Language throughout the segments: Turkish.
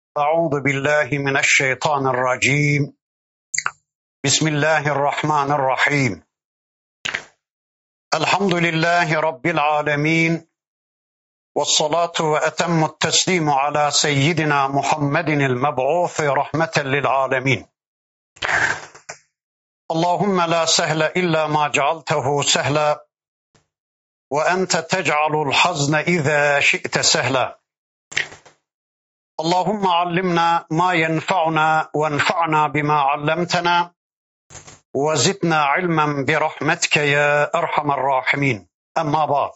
أعوذ بالله من الشيطان الرجيم. بسم الله الرحمن الرحيم. الحمد لله رب العالمين، والصلاة وأتم التسليم على سيدنا محمد المبعوث رحمة للعالمين. اللهم لا سهل إلا ما جعلته سهلا، وأنت تجعل الحزن إذا شئت سهلا. اللهم علمنا ما ينفعنا وانفعنا بما علمتنا وزدنا علما برحمتك يا أرحم الراحمين. أما بعد.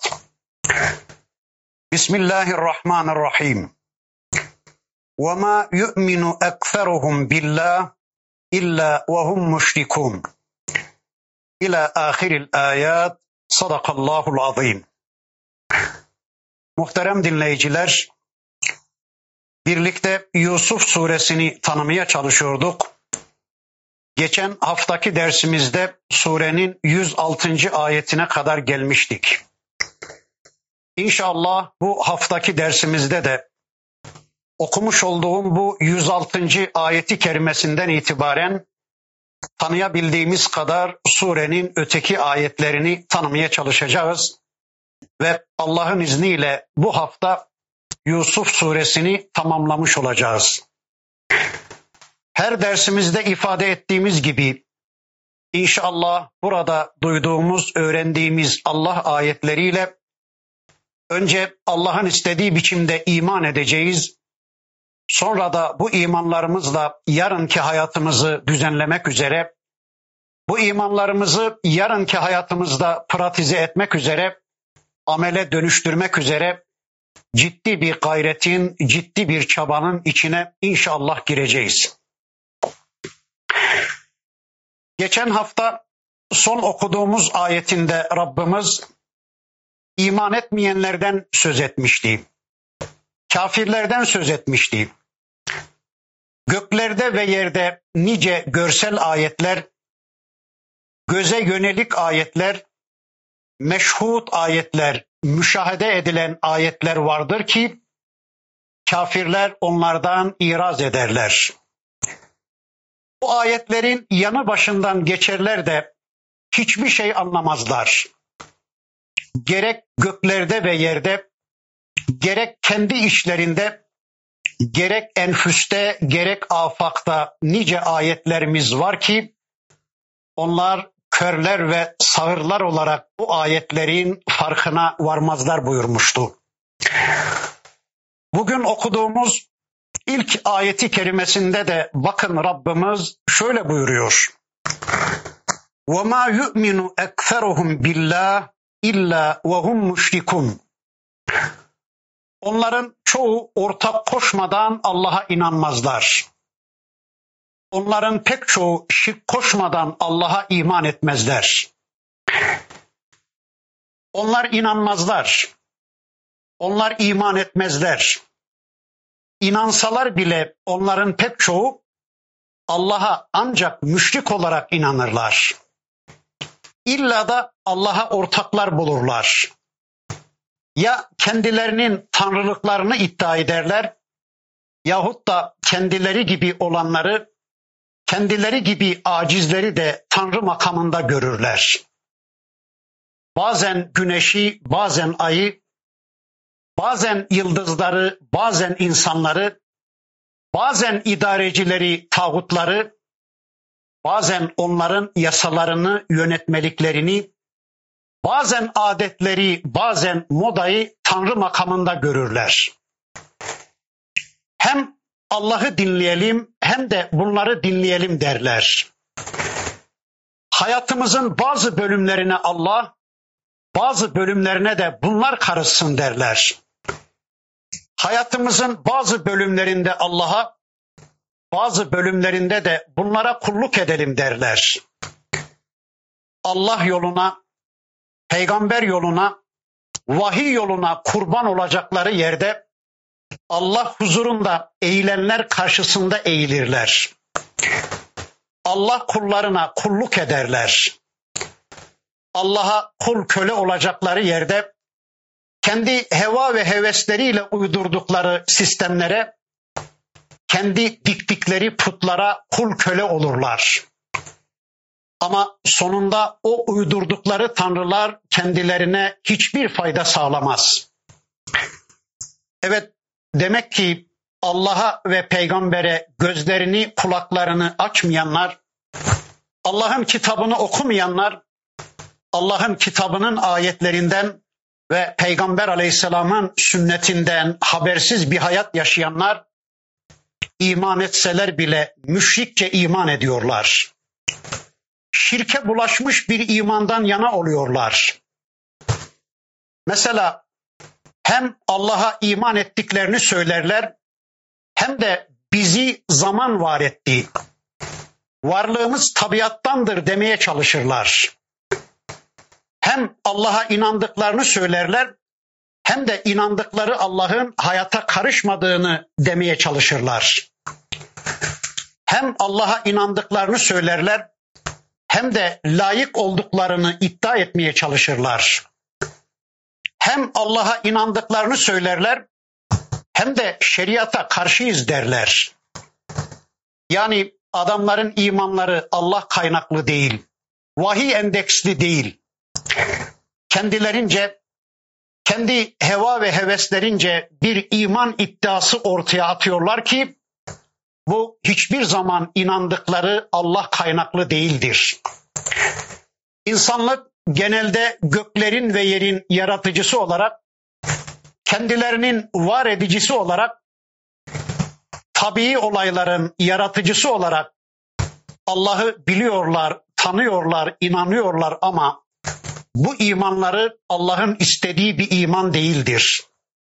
بسم الله الرحمن الرحيم. وما يؤمن أكثرهم بالله إلا وهم مشركون. إلى آخر الآيات. Sadakallahul azim. Muhterem dinleyiciler, birlikte Yusuf suresini tanımaya çalışıyorduk. Geçen haftaki dersimizde surenin 106. ayetine kadar gelmiştik. İnşallah bu haftaki dersimizde de okumuş olduğum bu 106. ayeti kerimesinden itibaren tanıyabildiğimiz kadar surenin öteki ayetlerini tanımaya çalışacağız. Ve Allah'ın izniyle bu hafta Yusuf suresini tamamlamış olacağız. Her dersimizde ifade ettiğimiz gibi inşallah burada duyduğumuz, öğrendiğimiz Allah ayetleriyle önce Allah'ın istediği biçimde iman edeceğiz. Sonra da bu imanlarımızla yarınki hayatımızı düzenlemek üzere, bu imanlarımızı yarınki hayatımızda pratize etmek üzere, amele dönüştürmek üzere ciddi bir gayretin, ciddi bir çabanın içine inşallah gireceğiz. Geçen hafta son okuduğumuz ayetinde Rabbimiz iman etmeyenlerden söz etmişti. Kafirlerden söz etmişti. Göklerde ve yerde nice görsel ayetler, göze yönelik ayetler, meşhud ayetler, müşahede edilen ayetler vardır ki kafirler onlardan iraz ederler. Bu ayetlerin yanı başından geçerler de hiçbir şey anlamazlar. Gerek göklerde ve yerde, gerek kendi işlerinde, gerek enfüste, gerek afakta nice ayetlerimiz var ki onlar körler ve sağırlar olarak bu ayetlerin farkına varmazlar buyurmuştu. Bugün okuduğumuz ilk ayeti kerimesinde de bakın Rabbimiz şöyle buyuruyor. وَمَا يُؤْمِنُ اَكْثَرُهُمْ بِاللّٰهِ اِلَّا وَهُمْ مُشْرِكُونَ. Onların çoğu ortak koşmadan Allah'a inanmazlar. Onların pek çoğu şirk koşmadan Allah'a iman etmezler. Onlar inanmazlar. Onlar iman etmezler. İnansalar bile onların pek çoğu Allah'a ancak müşrik olarak inanırlar. İlla da Allah'a ortaklar bulurlar. Ya kendilerinin tanrılıklarını iddia ederler yahut da kendileri gibi olanları, kendileri gibi acizleri de tanrı makamında görürler. Bazen güneşi, bazen ayı, bazen yıldızları, bazen insanları, bazen idarecileri, tağutları, bazen onların yasalarını, yönetmeliklerini, bazen adetleri, bazen modayı tanrı makamında görürler. Hem Allah'ı dinleyelim hem de bunları dinleyelim derler. Hayatımızın bazı bölümlerine Allah, bazı bölümlerine de bunlar karışsın derler. Hayatımızın bazı bölümlerinde Allah'a, bazı bölümlerinde de bunlara kulluk edelim derler. Allah yoluna, peygamber yoluna, vahiy yoluna kurban olacakları yerde Allah huzurunda eğilenler karşısında eğilirler. Allah kullarına kulluk ederler. Allah'a kul köle olacakları yerde kendi heva ve hevesleriyle uydurdukları sistemlere kendi diktikleri putlara kul köle olurlar. Ama sonunda o uydurdukları tanrılar kendilerine hiçbir fayda sağlamaz. Evet, demek ki Allah'a ve peygambere gözlerini, kulaklarını açmayanlar, Allah'ın kitabını okumayanlar, Allah'ın kitabının ayetlerinden ve Peygamber Aleyhisselam'ın sünnetinden habersiz bir hayat yaşayanlar, iman etseler bile müşrikçe iman ediyorlar. Şirke bulaşmış bir imandan yana oluyorlar. Mesela hem Allah'a iman ettiklerini söylerler, hem de bizi zaman var etti, varlığımız tabiattandır demeye çalışırlar. Hem Allah'a inandıklarını söylerler, hem de inandıkları Allah'ın hayata karışmadığını demeye çalışırlar. Hem Allah'a inandıklarını söylerler, hem de layık olduklarını iddia etmeye çalışırlar. Hem Allah'a inandıklarını söylerler, hem de şeriata karşıyız derler. Yani adamların imanları Allah kaynaklı değil, vahiy endeksli değil. Kendilerince, kendi heva ve heveslerince bir iman iddiası ortaya atıyorlar ki bu hiçbir zaman inandıkları Allah kaynaklı değildir. İnsanlık genelde göklerin ve yerin yaratıcısı olarak, kendilerinin var edicisi olarak, tabii olayların yaratıcısı olarak Allah'ı biliyorlar, tanıyorlar, inanıyorlar ama bu imanları Allah'ın istediği bir iman değildir.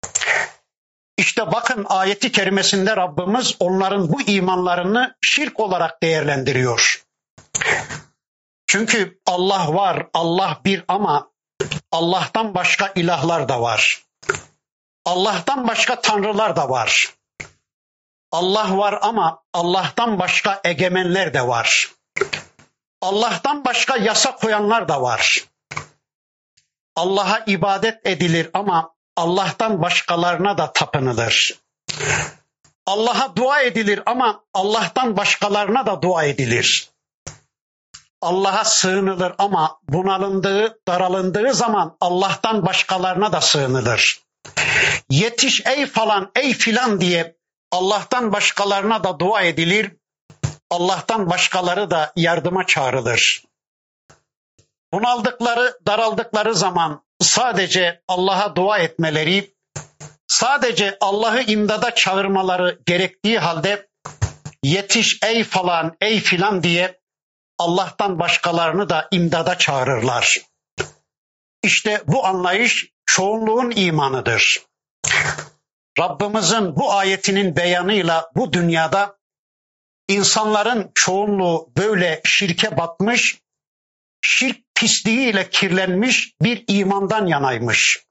İşte bakın ayeti kerimesinde Rabbimiz onların bu imanlarını şirk olarak değerlendiriyor. Çünkü Allah var, Allah bir ama Allah'tan başka ilahlar da var. Allah'tan başka tanrılar da var. Allah var ama Allah'tan başka egemenler de var. Allah'tan başka yasa koyanlar da var. Allah'a ibadet edilir ama Allah'tan başkalarına da tapınılır. Allah'a dua edilir ama Allah'tan başkalarına da dua edilir. Allah'a sığınılır ama bunalındığı, daralındığı zaman Allah'tan başkalarına da sığınılır. Yetiş ey falan, ey filan diye Allah'tan başkalarına da dua edilir. Allah'tan başkaları da yardıma çağrılır. Bunaldıkları, daraldıkları zaman sadece Allah'a dua etmeleri, sadece Allah'ı imdada çağırmaları gerektiği halde yetiş ey falan, ey filan diye Allah'tan başkalarını da imdada çağırırlar. İşte bu anlayış çoğunluğun imanıdır. Rabbimizin bu ayetinin beyanıyla bu dünyada insanların çoğunluğu böyle şirke batmış, şirk pisliğiyle kirlenmiş bir imandan yanaymış.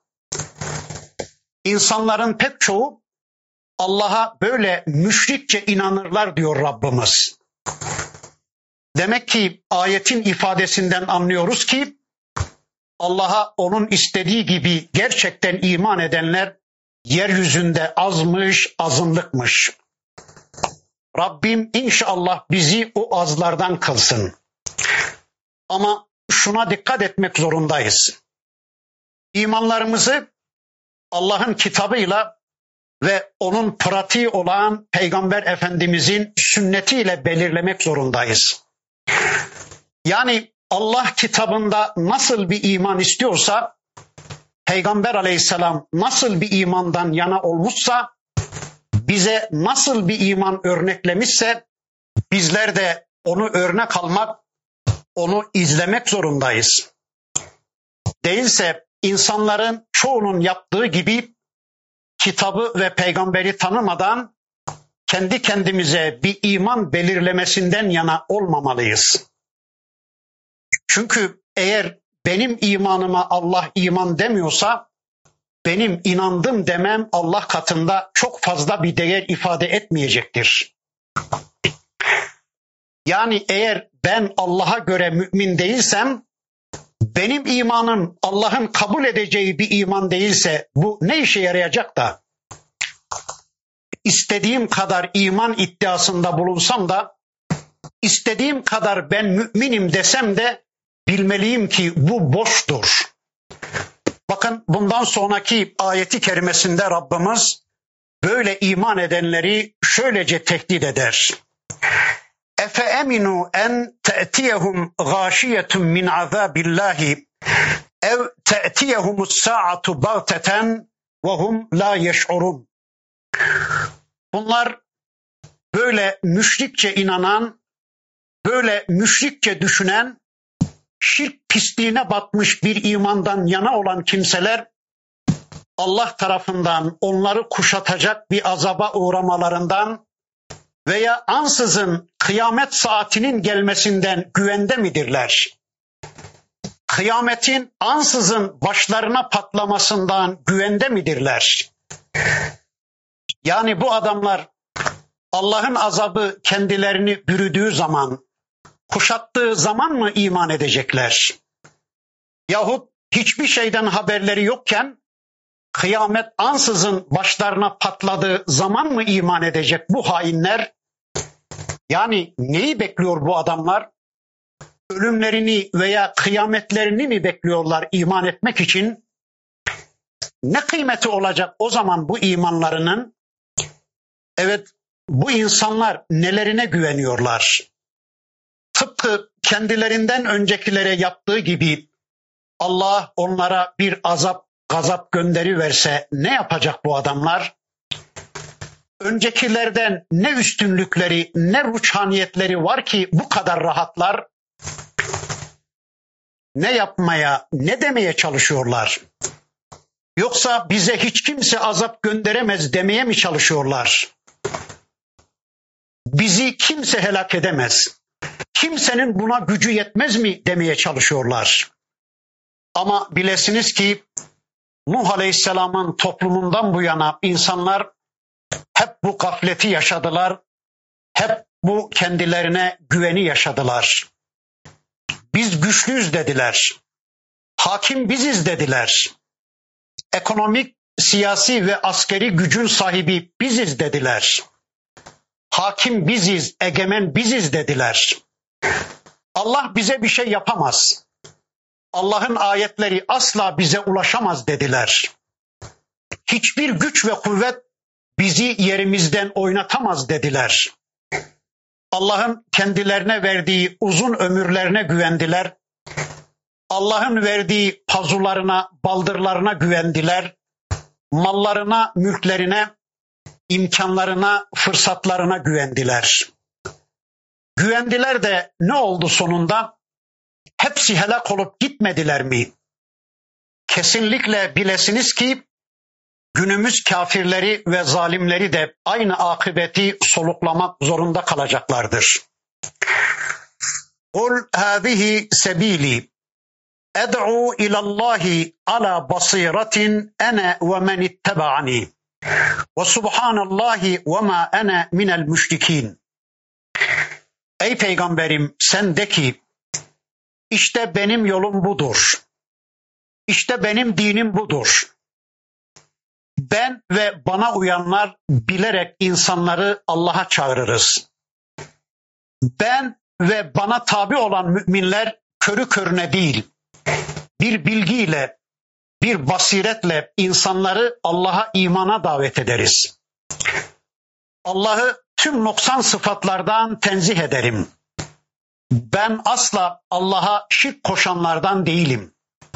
İnsanların pek çoğu Allah'a böyle müşrikçe inanırlar diyor Rabbimiz. Demek ki ayetin ifadesinden anlıyoruz ki Allah'a onun istediği gibi gerçekten iman edenler yeryüzünde azmış, azınlıkmış. Rabbim inşallah bizi o azlardan kılsın. Ama şuna dikkat etmek zorundayız. İmanlarımızı Allah'ın kitabıyla ve onun pratiği olan Peygamber Efendimizin sünnetiyle belirlemek zorundayız. Yani Allah kitabında nasıl bir iman istiyorsa, Peygamber Aleyhisselam nasıl bir imandan yana olmuşsa, bize nasıl bir iman örneklemişse, bizler de onu örnek almak, onu izlemek zorundayız. Değilse insanların çoğunun yaptığı gibi kitabı ve peygamberi tanımadan kendi kendimize bir iman belirlemesinden yana olmamalıyız. Çünkü eğer benim imanıma Allah iman demiyorsa, benim inandım demem Allah katında çok fazla bir değer ifade etmeyecektir. Yani eğer ben Allah'a göre mümin değilsem, benim imanım Allah'ın kabul edeceği bir iman değilse bu ne işe yarayacak da? istediğim kadar iman iddiasında bulunsam da, istediğim kadar ben müminim desem de bilmeliyim ki bu boştur. Bakın bundan sonraki ayeti kerimesinde Rabbimiz böyle iman edenleri şöylece tehdit eder. Efe eminu en te'tiyehum gâşiyetun min azâbillâhi ev te'tiyehumus sa'atu bagteten ve hum la yeş'urun. Bunlar böyle müşrikçe inanan, böyle müşrikçe düşünen, şirk pisliğine batmış bir imandan yana olan kimseler, Allah tarafından onları kuşatacak bir azaba uğramalarından veya ansızın kıyamet saatinin gelmesinden güvende midirler? Kıyametin ansızın başlarına patlamasından güvende midirler? Yani bu adamlar Allah'ın azabı kendilerini bürüdüğü zaman, kuşattığı zaman mı iman edecekler? Yahut hiçbir şeyden haberleri yokken kıyamet ansızın başlarına patladığı zaman mı iman edecek bu hainler? Yani neyi bekliyor bu adamlar? Ölümlerini veya kıyametlerini mi bekliyorlar iman etmek için? Ne kıymeti olacak o zaman bu imanlarının? Evet, bu insanlar nelerine güveniyorlar? Tıpkı kendilerinden öncekilere yaptığı gibi Allah onlara bir gazap gönderiverse ne yapacak bu adamlar? Öncekilerden ne üstünlükleri, ne ruhaniyetleri var ki bu kadar rahatlar? Ne yapmaya, ne demeye çalışıyorlar? Yoksa bize hiç kimse azap gönderemez demeye mi çalışıyorlar? Bizi kimse helak edemez, kimsenin buna gücü yetmez mi demeye çalışıyorlar? Ama bilesiniz ki Nuh Aleyhisselam'ın toplumundan bu yana insanlar hep bu gafleti yaşadılar, hep bu kendilerine güveni yaşadılar. Biz güçlüyüz dediler, hakim biziz dediler, ekonomik, siyasi ve askeri gücün sahibi biziz dediler, hakim biziz, egemen biziz dediler. Allah bize bir şey yapamaz, Allah'ın ayetleri asla bize ulaşamaz dediler. Hiçbir güç ve kuvvet bizi yerimizden oynatamaz dediler. Allah'ın kendilerine verdiği uzun ömürlerine güvendiler. Allah'ın verdiği pazularına, baldırlarına güvendiler. Mallarına, mülklerine, imkanlarına, fırsatlarına güvendiler. Güvendiler de ne oldu sonunda? Hepsi helak olup gitmediler mi? Kesinlikle bilesiniz ki günümüz kafirleri ve zalimleri de aynı akıbeti soluklamak zorunda kalacaklardır. Kul hâzihi sebîli ed'u ilallahi ala basiratin ene ve men ittebaani ve subhanallahi ve ma ene minel müşrikin. Ey peygamberim sen de ki işte benim yolum budur. İşte benim dinim budur. Ben ve bana uyanlar bilerek insanları Allah'a çağırırız. Ben ve bana tabi olan müminler körü körüne değil, bir bilgiyle, bir basiretle insanları Allah'a imana davet ederiz. Allah'ı tüm noksan sıfatlardan tenzih ederim. Ben asla Allah'a şirk koşanlardan değilim.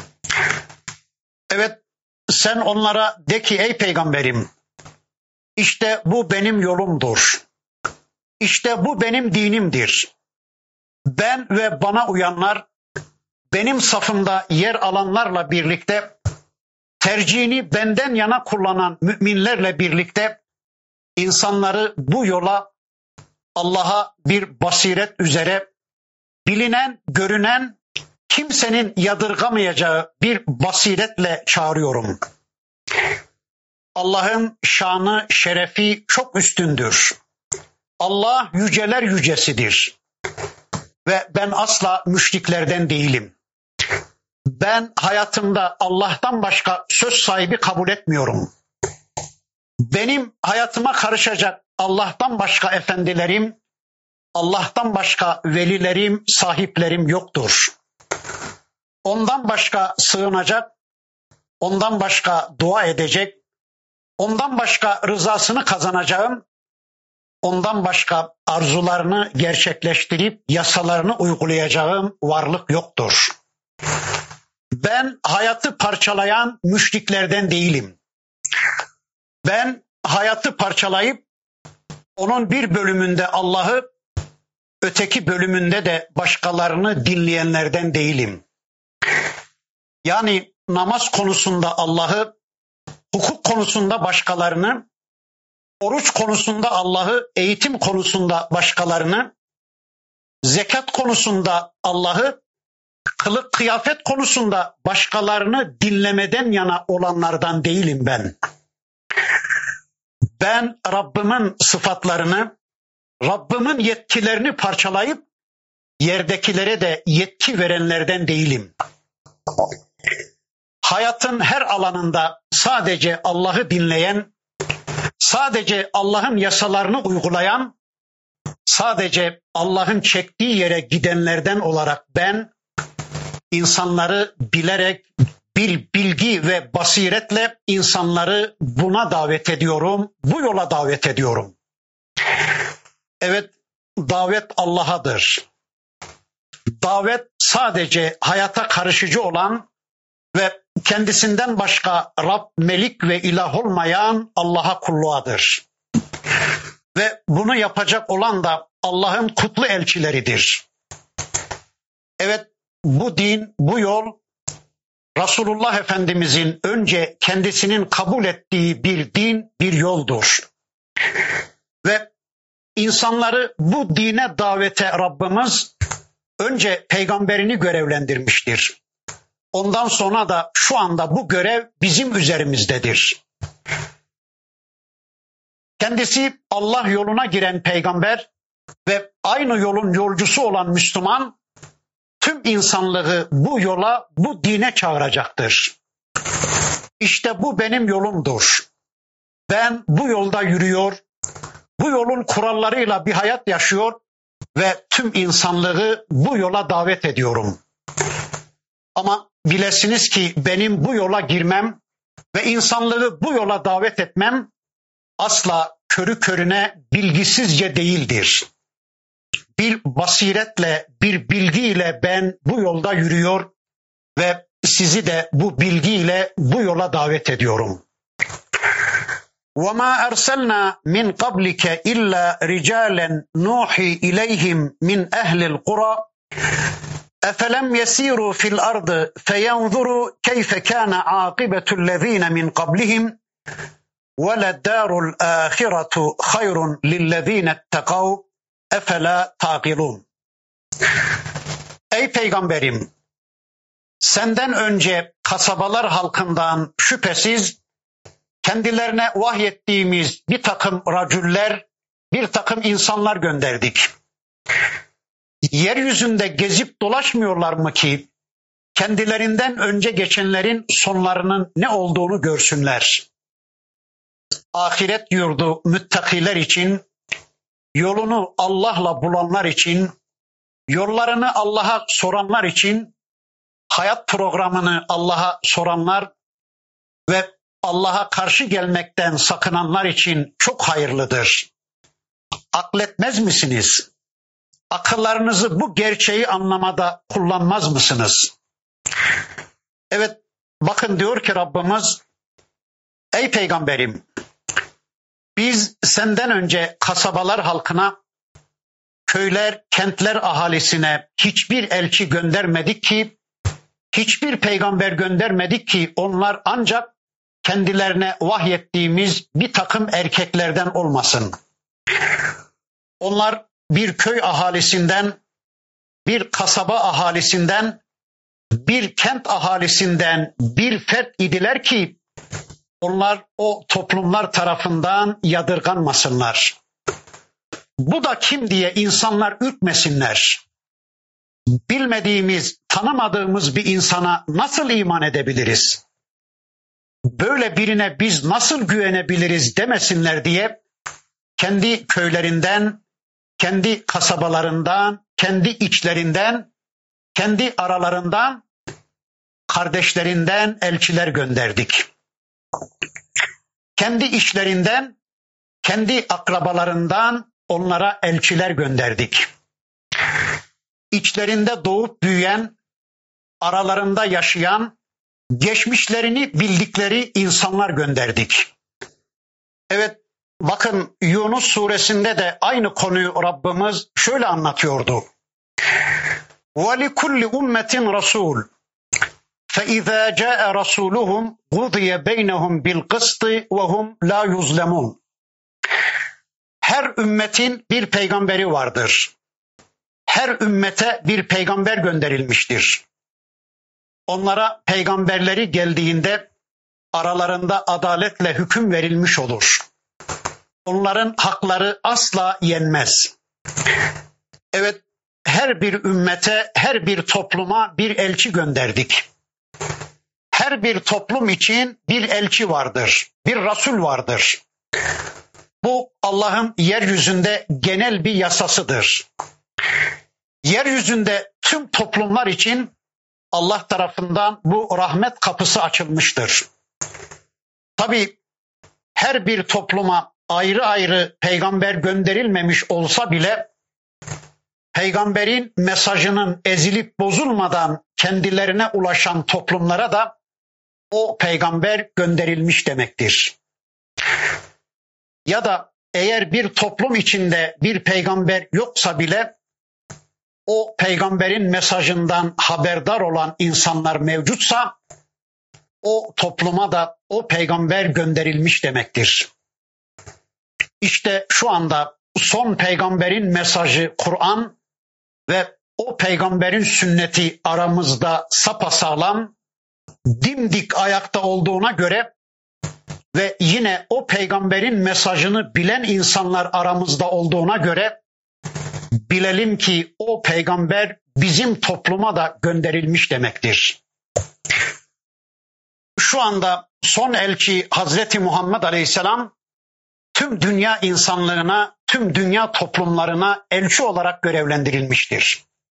Evet, sen onlara de ki ey peygamberim, işte bu benim yolumdur. İşte bu benim dinimdir. Ben ve bana uyanlar, benim safımda yer alanlarla birlikte, tercihini benden yana kullanan müminlerle birlikte insanları bu yola, Allah'a bir basiret üzere, bilinen, görünen, kimsenin yadırgamayacağı bir basiretle çağırıyorum. Allah'ın şanı, şerefi çok üstündür. Allah yüceler yücesidir. Ve ben asla müşriklerden değilim. Ben hayatımda Allah'tan başka söz sahibi kabul etmiyorum. Benim hayatıma karışacak Allah'tan başka efendilerim, Allah'tan başka velilerim, sahiplerim yoktur. Ondan başka sığınacak, ondan başka dua edecek, ondan başka rızasını kazanacağım, ondan başka arzularını gerçekleştirip yasalarını uygulayacağım varlık yoktur. Ben hayatı parçalayan müşriklerden değilim. Ben hayatı parçalayıp onun bir bölümünde Allah'ı, öteki bölümünde de başkalarını dinleyenlerden değilim. Yani namaz konusunda Allah'ı, hukuk konusunda başkalarını, oruç konusunda Allah'ı, eğitim konusunda başkalarını, zekat konusunda Allah'ı, kılık kıyafet konusunda başkalarını dinlemeden yana olanlardan değilim ben. Ben Rabbimin sıfatlarını, Rabbimin yetkilerini parçalayıp yerdekilere de yetki verenlerden değilim. Hayatın her alanında sadece Allah'ı dinleyen, sadece Allah'ın yasalarını uygulayan, sadece Allah'ın çektiği yere gidenlerden olarak ben insanları bilerek bir bilgi ve basiretle insanları buna davet ediyorum, bu yola davet ediyorum. Evet, davet Allah'adır. Davet sadece hayata karışıcı olan ve kendisinden başka Rab, Melik ve ilah olmayan Allah'a kulluğadır. Ve bunu yapacak olan da Allah'ın kutlu elçileridir. Evet, bu din, bu yol Resulullah Efendimizin önce kendisinin kabul ettiği bir din, bir yoldur. Ve insanları bu dine davete Rabbimiz önce peygamberini görevlendirmiştir. Ondan sonra da şu anda bu görev bizim üzerimizdedir. Kendisi Allah yoluna giren peygamber ve aynı yolun yolcusu olan Müslüman tüm insanlığı bu yola, bu dine çağıracaktır. İşte bu benim yolumdur. Ben bu yolda yürüyor, bu yolun kurallarıyla bir hayat yaşıyor ve tüm insanlığı bu yola davet ediyorum. Ama bilesiniz ki benim bu yola girmem ve insanlığı bu yola davet etmem asla körü körüne bilgisizce değildir. Bir basiretle, bir bilgiyle ben bu yolda yürüyor ve sizi de bu bilgiyle bu yola davet ediyorum. وَمَا أَرْسَلْنَا مِنْ قَبْلِكَ إِلَّا رِجَالًا نُوحِي إِلَيْهِمْ مِنْ أَهْلِ الْقُرَى أَفَلَمْ يَسِيرُوا فِي الْأَرْضِ فَيَنْظُرُوا كَيْفَ كَانَ عَاقِبَةُ الَّذِينَ مِنْ قَبْلِهِمْ وَلَدَّارُ الْآخِرَةُ خَيْرٌ لِلَّذِينَ اتَّقَوْا اَفَلَا تَعْقِلُونَ. Ey peygamberim, senden önce kasabalar halkından şüphesiz kendilerine vahyettiğimiz bir takım racüller, bir takım insanlar gönderdik. Yeryüzünde gezip dolaşmıyorlar mı ki kendilerinden önce geçenlerin sonlarının ne olduğunu görsünler? Ahiret yurdu müttakiler için, yolunu Allah'la bulanlar için, yollarını Allah'a soranlar için, hayat programını Allah'a soranlar ve Allah'a karşı gelmekten sakınanlar için çok hayırlıdır. Akletmez misiniz? Akıllarınızı bu gerçeği anlamada kullanmaz mısınız? Evet, bakın diyor ki Rabbimiz, ey peygamberim, biz senden önce kasabalar halkına, köyler, kentler ahalisine hiçbir elçi göndermedik ki, hiçbir peygamber göndermedik ki onlar ancak kendilerine vahyettiğimiz bir takım erkeklerden olmasın. Onlar bir köy ahalisinden, bir kasaba ahalisinden, bir kent ahalisinden bir fert idiler ki onlar o toplumlar tarafından yadırganmasınlar. Bu da kim diye insanlar ürkmesinler. Bilmediğimiz, tanımadığımız bir insana nasıl iman edebiliriz? böyle birine biz nasıl güvenebiliriz demesinler diye kendi köylerinden, kendi kasabalarından, kendi içlerinden, kendi aralarından, kardeşlerinden elçiler gönderdik. Kendi işlerinden, kendi akrabalarından onlara elçiler gönderdik. İçlerinde doğup büyüyen, aralarında yaşayan, geçmişlerini bildikleri insanlar gönderdik. Evet, bakın Yunus suresinde de aynı konuyu Rabbimiz şöyle anlatıyordu. وَلِكُلِّ أُمَّةٍ رَسُولٌ فَإِذَا جَاءَ رَسُولُهُمْ قُضِيَ بَيْنَهُمْ بِالْقِسْطِ وَهُمْ لَا يُظْلَمُونَ. Her ümmetin bir peygamberi vardır. Her ümmete bir peygamber gönderilmiştir. Onlara peygamberleri geldiğinde aralarında adaletle hüküm verilmiş olur. Onların hakları asla yenmez. Evet, her bir ümmete, her bir topluma bir elçi gönderdik. Her bir toplum için bir elçi vardır, bir Resul vardır. Bu Allah'ın yeryüzünde genel bir yasasıdır. Yeryüzünde tüm toplumlar için Allah tarafından bu rahmet kapısı açılmıştır. Tabii her bir topluma ayrı ayrı peygamber gönderilmemiş olsa bile peygamberin mesajının ezilip bozulmadan kendilerine ulaşan toplumlara da o peygamber gönderilmiş demektir. Ya da eğer bir toplum içinde bir peygamber yoksa bile o peygamberin mesajından haberdar olan insanlar mevcutsa o topluma da o peygamber gönderilmiş demektir. İşte şu anda son peygamberin mesajı Kur'an ve o peygamberin sünneti aramızda sapasağlam, dimdik ayakta olduğuna göre ve yine o peygamberin mesajını bilen insanlar aramızda olduğuna göre bilelim ki o peygamber bizim topluma da gönderilmiş demektir. Şu anda son elçi Hazreti Muhammed Aleyhisselam tüm dünya insanlığına, tüm dünya toplumlarına elçi olarak görevlendirilmiştir.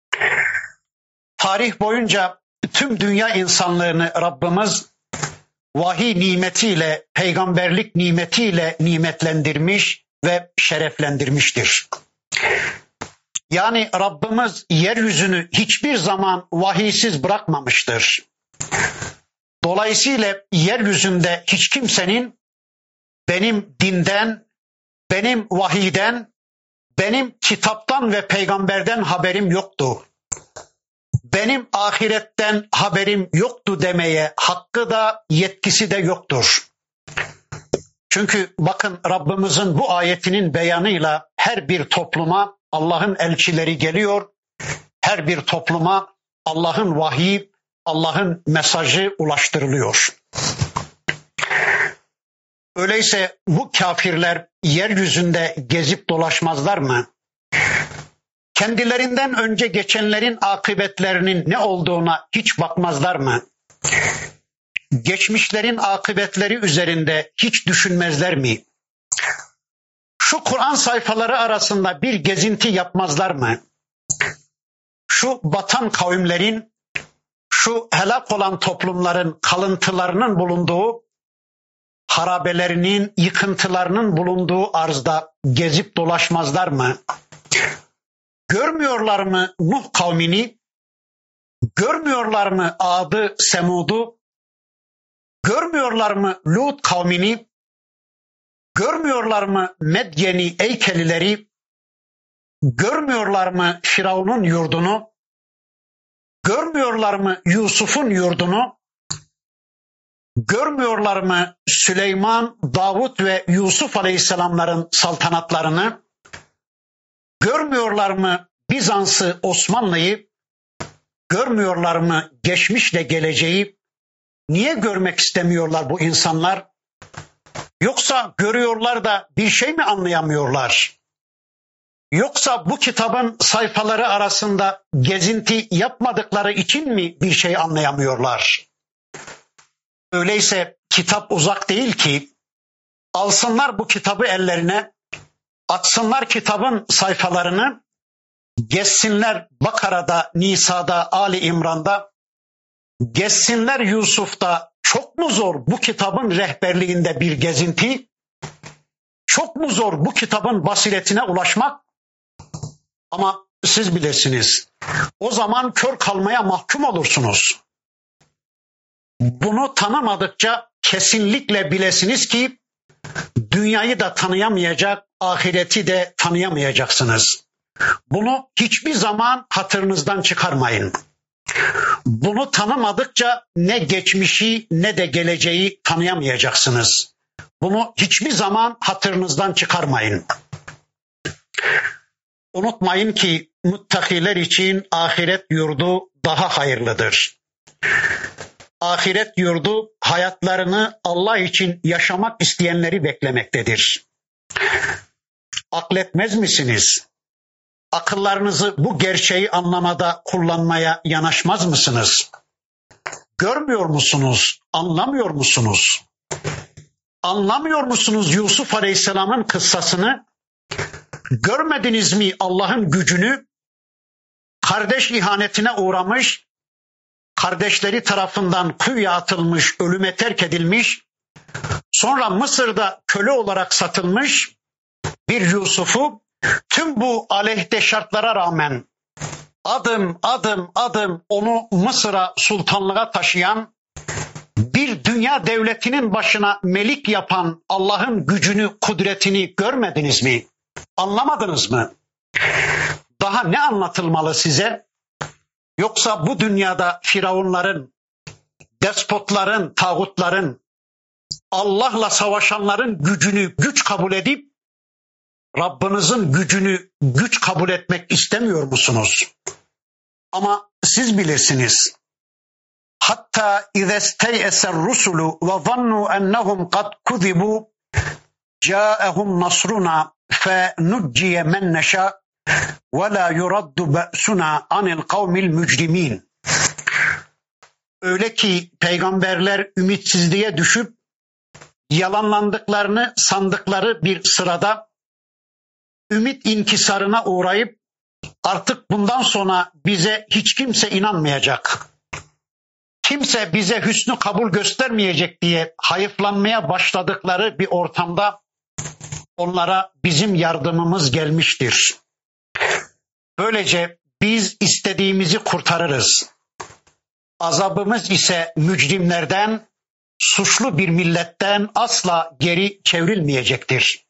Tarih boyunca tüm dünya insanlığını Rabbimiz vahiy nimetiyle, peygamberlik nimetiyle nimetlendirmiş ve şereflendirmiştir. Yani Rabbimiz yeryüzünü hiçbir zaman vahiysiz bırakmamıştır. Dolayısıyla yeryüzünde hiç kimsenin benim dinden, benim vahiyden, benim kitaptan ve peygamberden haberim yoktu. Benim ahiretten haberim yoktu demeye hakkı da yetkisi de yoktur. Çünkü bakın Rabbimizin bu ayetinin beyanıyla her bir topluma Allah'ın elçileri geliyor. Her bir topluma Allah'ın vahiy, Allah'ın mesajı ulaştırılıyor. Öyleyse bu kafirler yeryüzünde gezip dolaşmazlar mı? Kendilerinden önce geçenlerin akıbetlerinin ne olduğuna hiç bakmazlar mı? Geçmişlerin akıbetleri üzerinde hiç düşünmezler mi? Şu Kur'an sayfaları arasında bir gezinti yapmazlar mı? Şu batan kavimlerin, şu helak olan toplumların kalıntılarının bulunduğu, harabelerinin, yıkıntılarının bulunduğu arzda gezip dolaşmazlar mı? Görmüyorlar mı Nuh kavmini? Görmüyorlar mı Ad'ı, Semud'u? Görmüyorlar mı Lut kavmini? Görmüyorlar mı Medyen'i, Eykelileri? Görmüyorlar mı Firavun'un yurdunu? Görmüyorlar mı Yusuf'un yurdunu? Görmüyorlar mı Süleyman, Davut ve Yusuf Aleyhisselamların saltanatlarını? Görmüyorlar mı Bizans'ı, Osmanlı'yı? Görmüyorlar mı geçmişle geleceği? Niye görmek istemiyorlar bu insanlar? Yoksa görüyorlar da bir şey mi anlayamıyorlar? Yoksa bu kitabın sayfaları arasında gezinti yapmadıkları için mi bir şey anlayamıyorlar? Öyleyse kitap uzak değil ki alsınlar bu kitabı ellerine, açsınlar kitabın sayfalarını, gezsinler Bakara'da, Nisa'da, Ali İmran'da, gezsinler Yusuf'ta. Çok mu zor bu kitabın rehberliğinde bir gezinti? Çok mu zor bu kitabın basiretine ulaşmak? Ama siz bilirsiniz. O zaman kör kalmaya mahkum olursunuz. Bunu tanımadıkça kesinlikle bilesiniz ki dünyayı da tanıyamayacak, ahireti de tanıyamayacaksınız. Bunu hiçbir zaman hatırınızdan çıkarmayın. Bunu tanımadıkça ne geçmişi ne de geleceği tanıyamayacaksınız. Bunu hiçbir zaman hatırınızdan çıkarmayın. Unutmayın ki muttakiler için ahiret yurdu daha hayırlıdır. Ahiret yurdu hayatlarını Allah için yaşamak isteyenleri beklemektedir. Akletmez misiniz? Akıllarınızı bu gerçeği anlamada kullanmaya yanaşmaz mısınız? Görmüyor musunuz? Anlamıyor musunuz? Anlamıyor musunuz Yusuf Aleyhisselam'ın kıssasını? Görmediniz mi Allah'ın gücünü? Kardeş ihanetine uğramış, kardeşleri tarafından kuyuya atılmış, ölüme terk edilmiş, sonra Mısır'da köle olarak satılmış bir Yusuf'u tüm bu aleyhte şartlara rağmen adım adım onu Mısır'a, sultanlığa taşıyan, bir dünya devletinin başına melik yapan Allah'ın gücünü, kudretini görmediniz mi? Anlamadınız mı? Daha ne anlatılmalı size? Yoksa bu dünyada firavunların, despotların, tağutların, Allah'la savaşanların gücünü güç kabul edip Rabbinizin gücünü güç kabul etmek istemiyor musunuz? Ama siz bilirsiniz. Hatta izestey'eser rusulu ve zannu ennehum kad kuzibu ca'ehum nasruna fe nucciye men neşâ ve la yuraddu ba'suna anil kavmil mücrimin. Öyle ki peygamberler ümitsizliğe düşüp yalanlandıklarını sandıkları bir sırada ümit inkisarına uğrayıp artık bundan sonra bize hiç kimse inanmayacak, kimse bize hüsnü kabul göstermeyecek diye hayıflanmaya başladıkları bir ortamda onlara bizim yardımımız gelmiştir. Böylece biz istediğimizi kurtarırız. Azabımız ise mücrimlerden, suçlu bir milletten asla geri çevrilmeyecektir.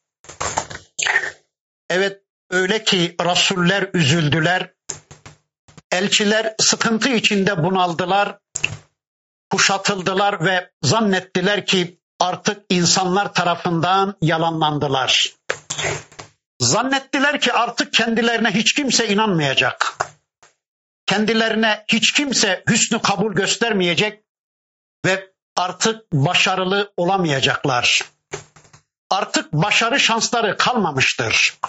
Evet, öyle ki rasuller üzüldüler, elçiler sıkıntı içinde bunaldılar, kuşatıldılar ve zannettiler ki artık insanlar tarafından yalanlandılar. Zannettiler ki artık kendilerine hiç kimse inanmayacak. Kendilerine hiç kimse hüsnü kabul göstermeyecek ve artık başarılı olamayacaklar. Artık başarı şansları kalmamıştır.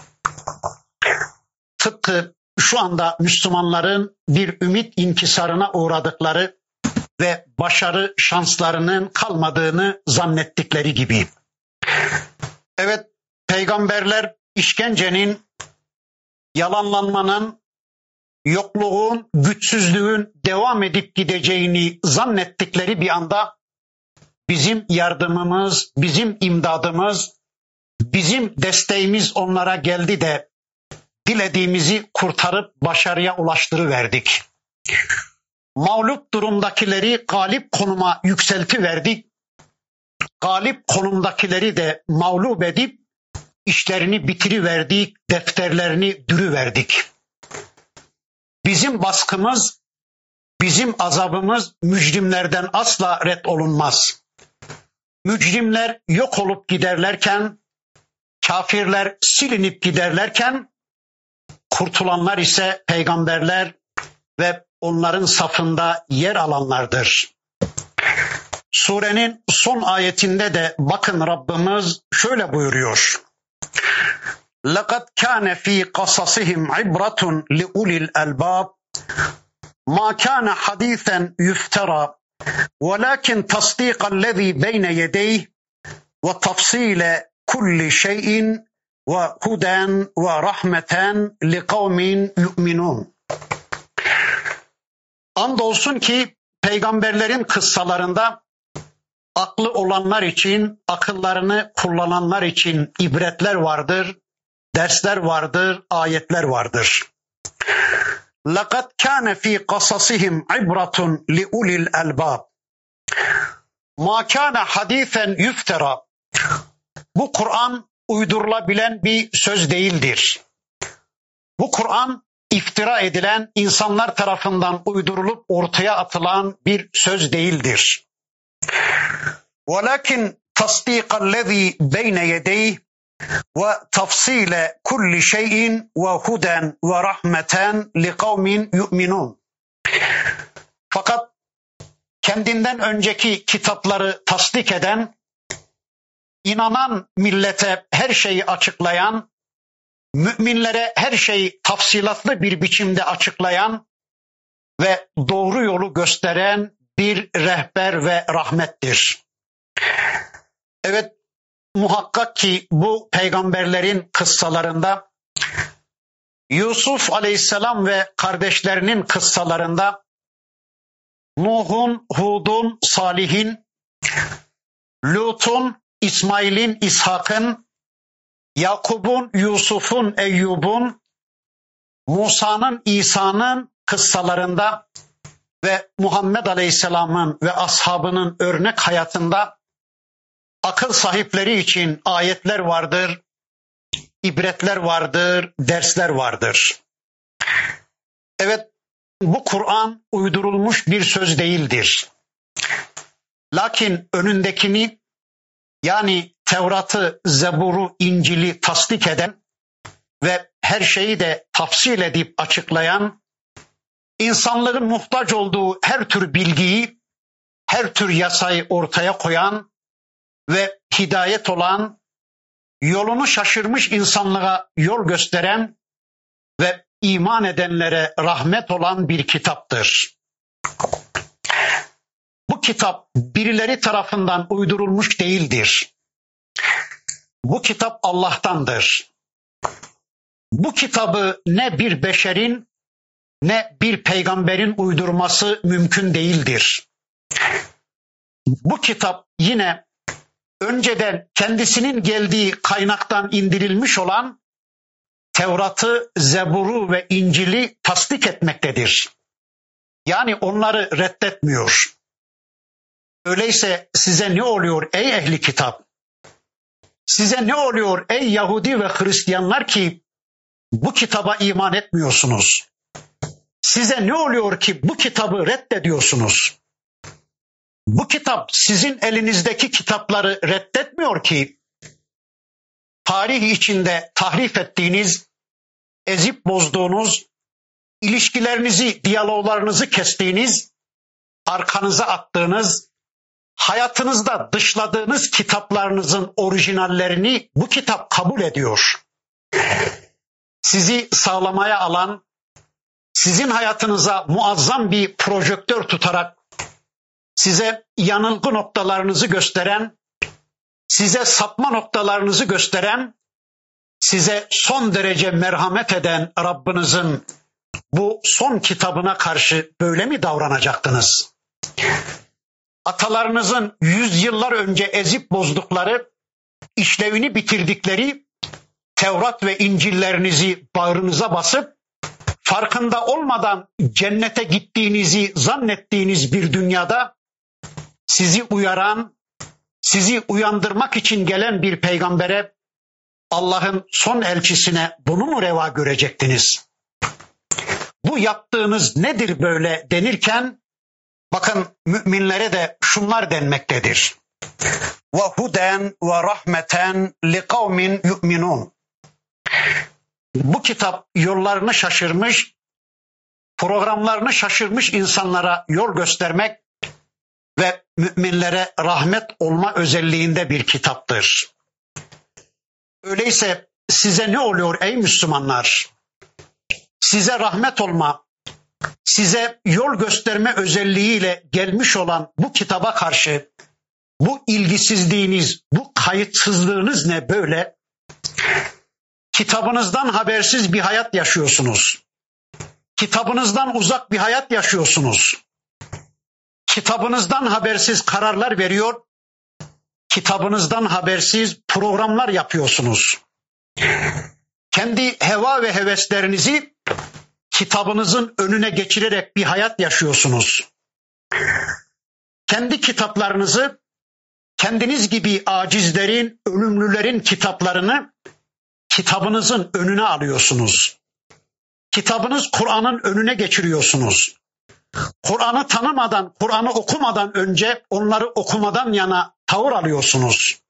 Tıpkı şu anda Müslümanların bir ümit inkisarına uğradıkları ve başarı şanslarının kalmadığını zannettikleri gibi. Evet, peygamberler işkencenin, yalanlanmanın, yokluğun, güçsüzlüğün devam edip gideceğini zannettikleri bir anda bizim yardımımız, bizim imdadımız, bizim desteğimiz onlara geldi de dilediğimizi kurtarıp başarıya ulaştırıverdik. Mağlup durumdakileri galip konuma yükseltiverdik. Galip konumdakileri de mağlup edip işlerini bitiriverdik, defterlerini dürüverdik. Bizim baskımız, bizim azabımız mücrimlerden asla ret olunmaz. Mücrimler yok olup giderlerken, kafirler silinip giderlerken, kurtulanlar ise peygamberler ve onların safında yer alanlardır. Surenin son ayetinde de bakın Rabbimiz şöyle buyuruyor. لَقَدْ كَانَ ف۪ي قَصَصِهِمْ عِبْرَةٌ لِأُولِي الْأَلْبَابِ مَا كَانَ حَد۪يثًا يُفْتَرَى وَلَكِنْ تَصْدِيقَ الَّذ۪ي بَيْنَ يَدَيْهِ وَتَفْصِيلَ كُلِّ شَيْءٍ وَهُدًى وَرَحْمَةً لِقَوْمٍ يُؤْمِنُونَ. Andolsun ki peygamberlerin kıssalarında aklı olanlar için, akıllarını kullananlar için ibretler vardır, dersler vardır, ayetler vardır. لَقَدْ كَانَ ف۪ي قَصَصِهِمْ عِبْرَةٌ لِأُولِي الْأَلْبَابِ مَا كَانَ حَد۪يثًا يُفْتَرَى. Bu Kur'an uydurulabilen bir söz değildir. Bu Kur'an iftira edilen, insanlar tarafından uydurulup ortaya atılan bir söz değildir. وَلَكِنْ تَصْدِيقَ الَّذ۪ي بَيْنَ يَدَيْهِ وَتَفْصِيلَ كُلِّ شَيْءٍ وَهُدًى وَرَحْمَةً لِقَوْمٍ يُؤْمِنُونَ. Fakat kendinden önceki kitapları tasdik eden, inanan millete her şeyi açıklayan, müminlere her şeyi tafsilatlı bir biçimde açıklayan ve doğru yolu gösteren bir rehber ve rahmettir. Evet, muhakkak ki bu peygamberlerin kıssalarında, Yusuf Aleyhisselam ve kardeşlerinin kıssalarında, Nuh'un, Hud'un, Salih'in, Lut'un, İsmail'in, İshak'ın, Yakub'un, Yusuf'un, Eyyub'un, Musa'nın, İsa'nın kıssalarında ve Muhammed Aleyhisselam'ın ve ashabının örnek hayatında akıl sahipleri için ayetler vardır, ibretler vardır, dersler vardır. Evet, bu Kur'an uydurulmuş bir söz değildir. Lakin önündekini, yani Tevrat'ı, Zebur'u, İncil'i tasdik eden ve her şeyi de tafsil edip açıklayan, insanlığın muhtaç olduğu her tür bilgiyi, her tür yasayı ortaya koyan ve hidayet olan, yolunu şaşırmış insanlığa yol gösteren ve iman edenlere rahmet olan bir kitaptır. Bu kitap birileri tarafından uydurulmuş değildir. Bu kitap Allah'tandır. Bu kitabı ne bir beşerin ne bir peygamberin uydurması mümkün değildir. Bu kitap yine önceden kendisinin geldiği kaynaktan indirilmiş olan Tevrat'ı, Zebur'u ve İncil'i tasdik etmektedir. Yani onları reddetmiyor. Öyleyse size ne oluyor ey ehli kitap? Size ne oluyor ey Yahudi ve Hristiyanlar ki bu kitaba iman etmiyorsunuz? Size ne oluyor ki bu kitabı reddediyorsunuz? Bu kitap sizin elinizdeki kitapları reddetmiyor ki tarih içinde tahrif ettiğiniz, ezip bozduğunuz, ilişkilerinizi, diyaloglarınızı kestiğiniz, arkanıza attığınız, hayatınızda dışladığınız kitaplarınızın orijinallerini bu kitap kabul ediyor. Sizi sağlamaya alan, sizin hayatınıza muazzam bir projektör tutarak size yanılgı noktalarınızı gösteren, size sapma noktalarınızı gösteren, size son derece merhamet eden Rabbinizin bu son kitabına karşı böyle mi davranacaktınız? Atalarınızın yüzyıllar önce ezip bozdukları, işlevini bitirdikleri Tevrat ve İncillerinizi bağrınıza basıp farkında olmadan cennete gittiğinizi zannettiğiniz bir dünyada sizi uyaran, sizi uyandırmak için gelen bir peygambere, Allah'ın son elçisine bunu mu reva görecektiniz? Bu yaptığınız nedir böyle denirken, bakın müminlere de şunlar denmektedir. وَهُدًى وَرَحْمَةً لِقَوْمٍ يُؤْمِنُونَ. Bu kitap yollarını şaşırmış, programlarını şaşırmış insanlara yol göstermek ve müminlere rahmet olma özelliğinde bir kitaptır. Öyleyse size ne oluyor ey Müslümanlar? Size rahmet olma, size yol gösterme özelliğiyle gelmiş olan bu kitaba karşı bu ilgisizliğiniz, bu kayıtsızlığınız ne böyle? Kitabınızdan habersiz bir hayat yaşıyorsunuz. Kitabınızdan uzak bir hayat yaşıyorsunuz. Kitabınızdan habersiz kararlar veriyor, kitabınızdan habersiz programlar yapıyorsunuz. Kendi heva ve heveslerinizi kitabınızın önüne geçirerek bir hayat yaşıyorsunuz. Kendi kitaplarınızı, kendiniz gibi acizlerin, ölümlülerin kitaplarını kitabınızın önüne alıyorsunuz. Kitabınız Kur'an'ın önüne geçiriyorsunuz. Kur'an'ı tanımadan, Kur'an'ı okumadan önce onları okumadan yana tavır alıyorsunuz.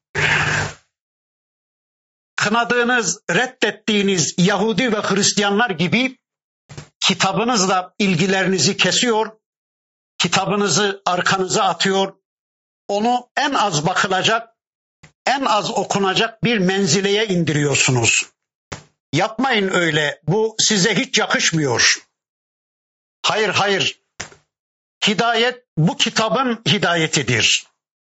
Kınadığınız, reddettiğiniz Yahudi ve Hristiyanlar gibi kitabınızla ilgilerinizi kesiyor, kitabınızı arkanıza atıyor, onu en az bakılacak, en az okunacak bir menzileye indiriyorsunuz. Yapmayın öyle, bu size hiç yakışmıyor. Hayır, hayır. Hidayet bu kitabın hidayetidir.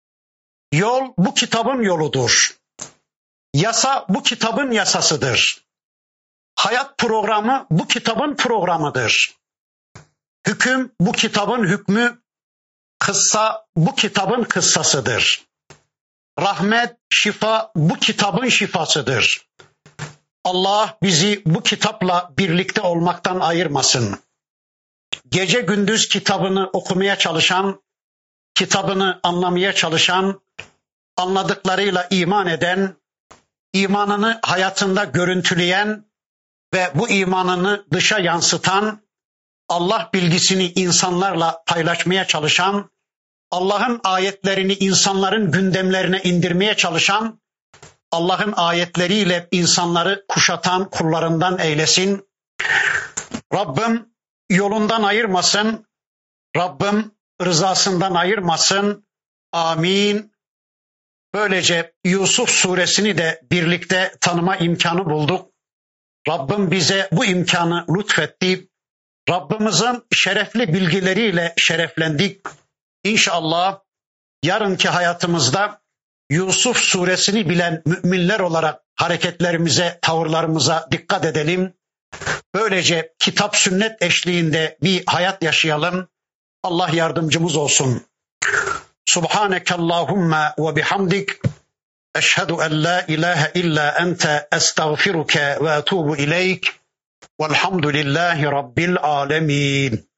Yol bu kitabın yoludur. Yasa bu kitabın yasasıdır. Hayat programı bu kitabın programıdır. Hüküm bu kitabın hükmü, kıssa bu kitabın kıssasıdır. Rahmet, şifa bu kitabın şifasıdır. Allah bizi bu kitapla birlikte olmaktan ayırmasın. Gece gündüz kitabını okumaya çalışan, kitabını anlamaya çalışan, anladıklarıyla iman eden, imanını hayatında görüntüleyen ve bu imanını dışa yansıtan, Allah bilgisini insanlarla paylaşmaya çalışan, Allah'ın ayetlerini insanların gündemlerine indirmeye çalışan, Allah'ın ayetleriyle insanları kuşatan kullarından eylesin. Rabbim yolundan ayırmasın. Rabbim rızasından ayırmasın. Amin. Böylece Yusuf suresini de birlikte tanıma imkanı bulduk. Rabbim bize bu imkanı lütfetti. Rabbimizin şerefli bilgileriyle şereflendik. İnşallah yarınki hayatımızda Yusuf suresini bilen müminler olarak hareketlerimize, tavırlarımıza dikkat edelim. Böylece kitap sünnet eşliğinde bir hayat yaşayalım. Allah yardımcımız olsun. Subhanekallahumma ve bihamdik. Eşhedü en la ilahe illa ente estağfiruke ve etubu ileyk. Velhamdülillahi Rabbil alemin.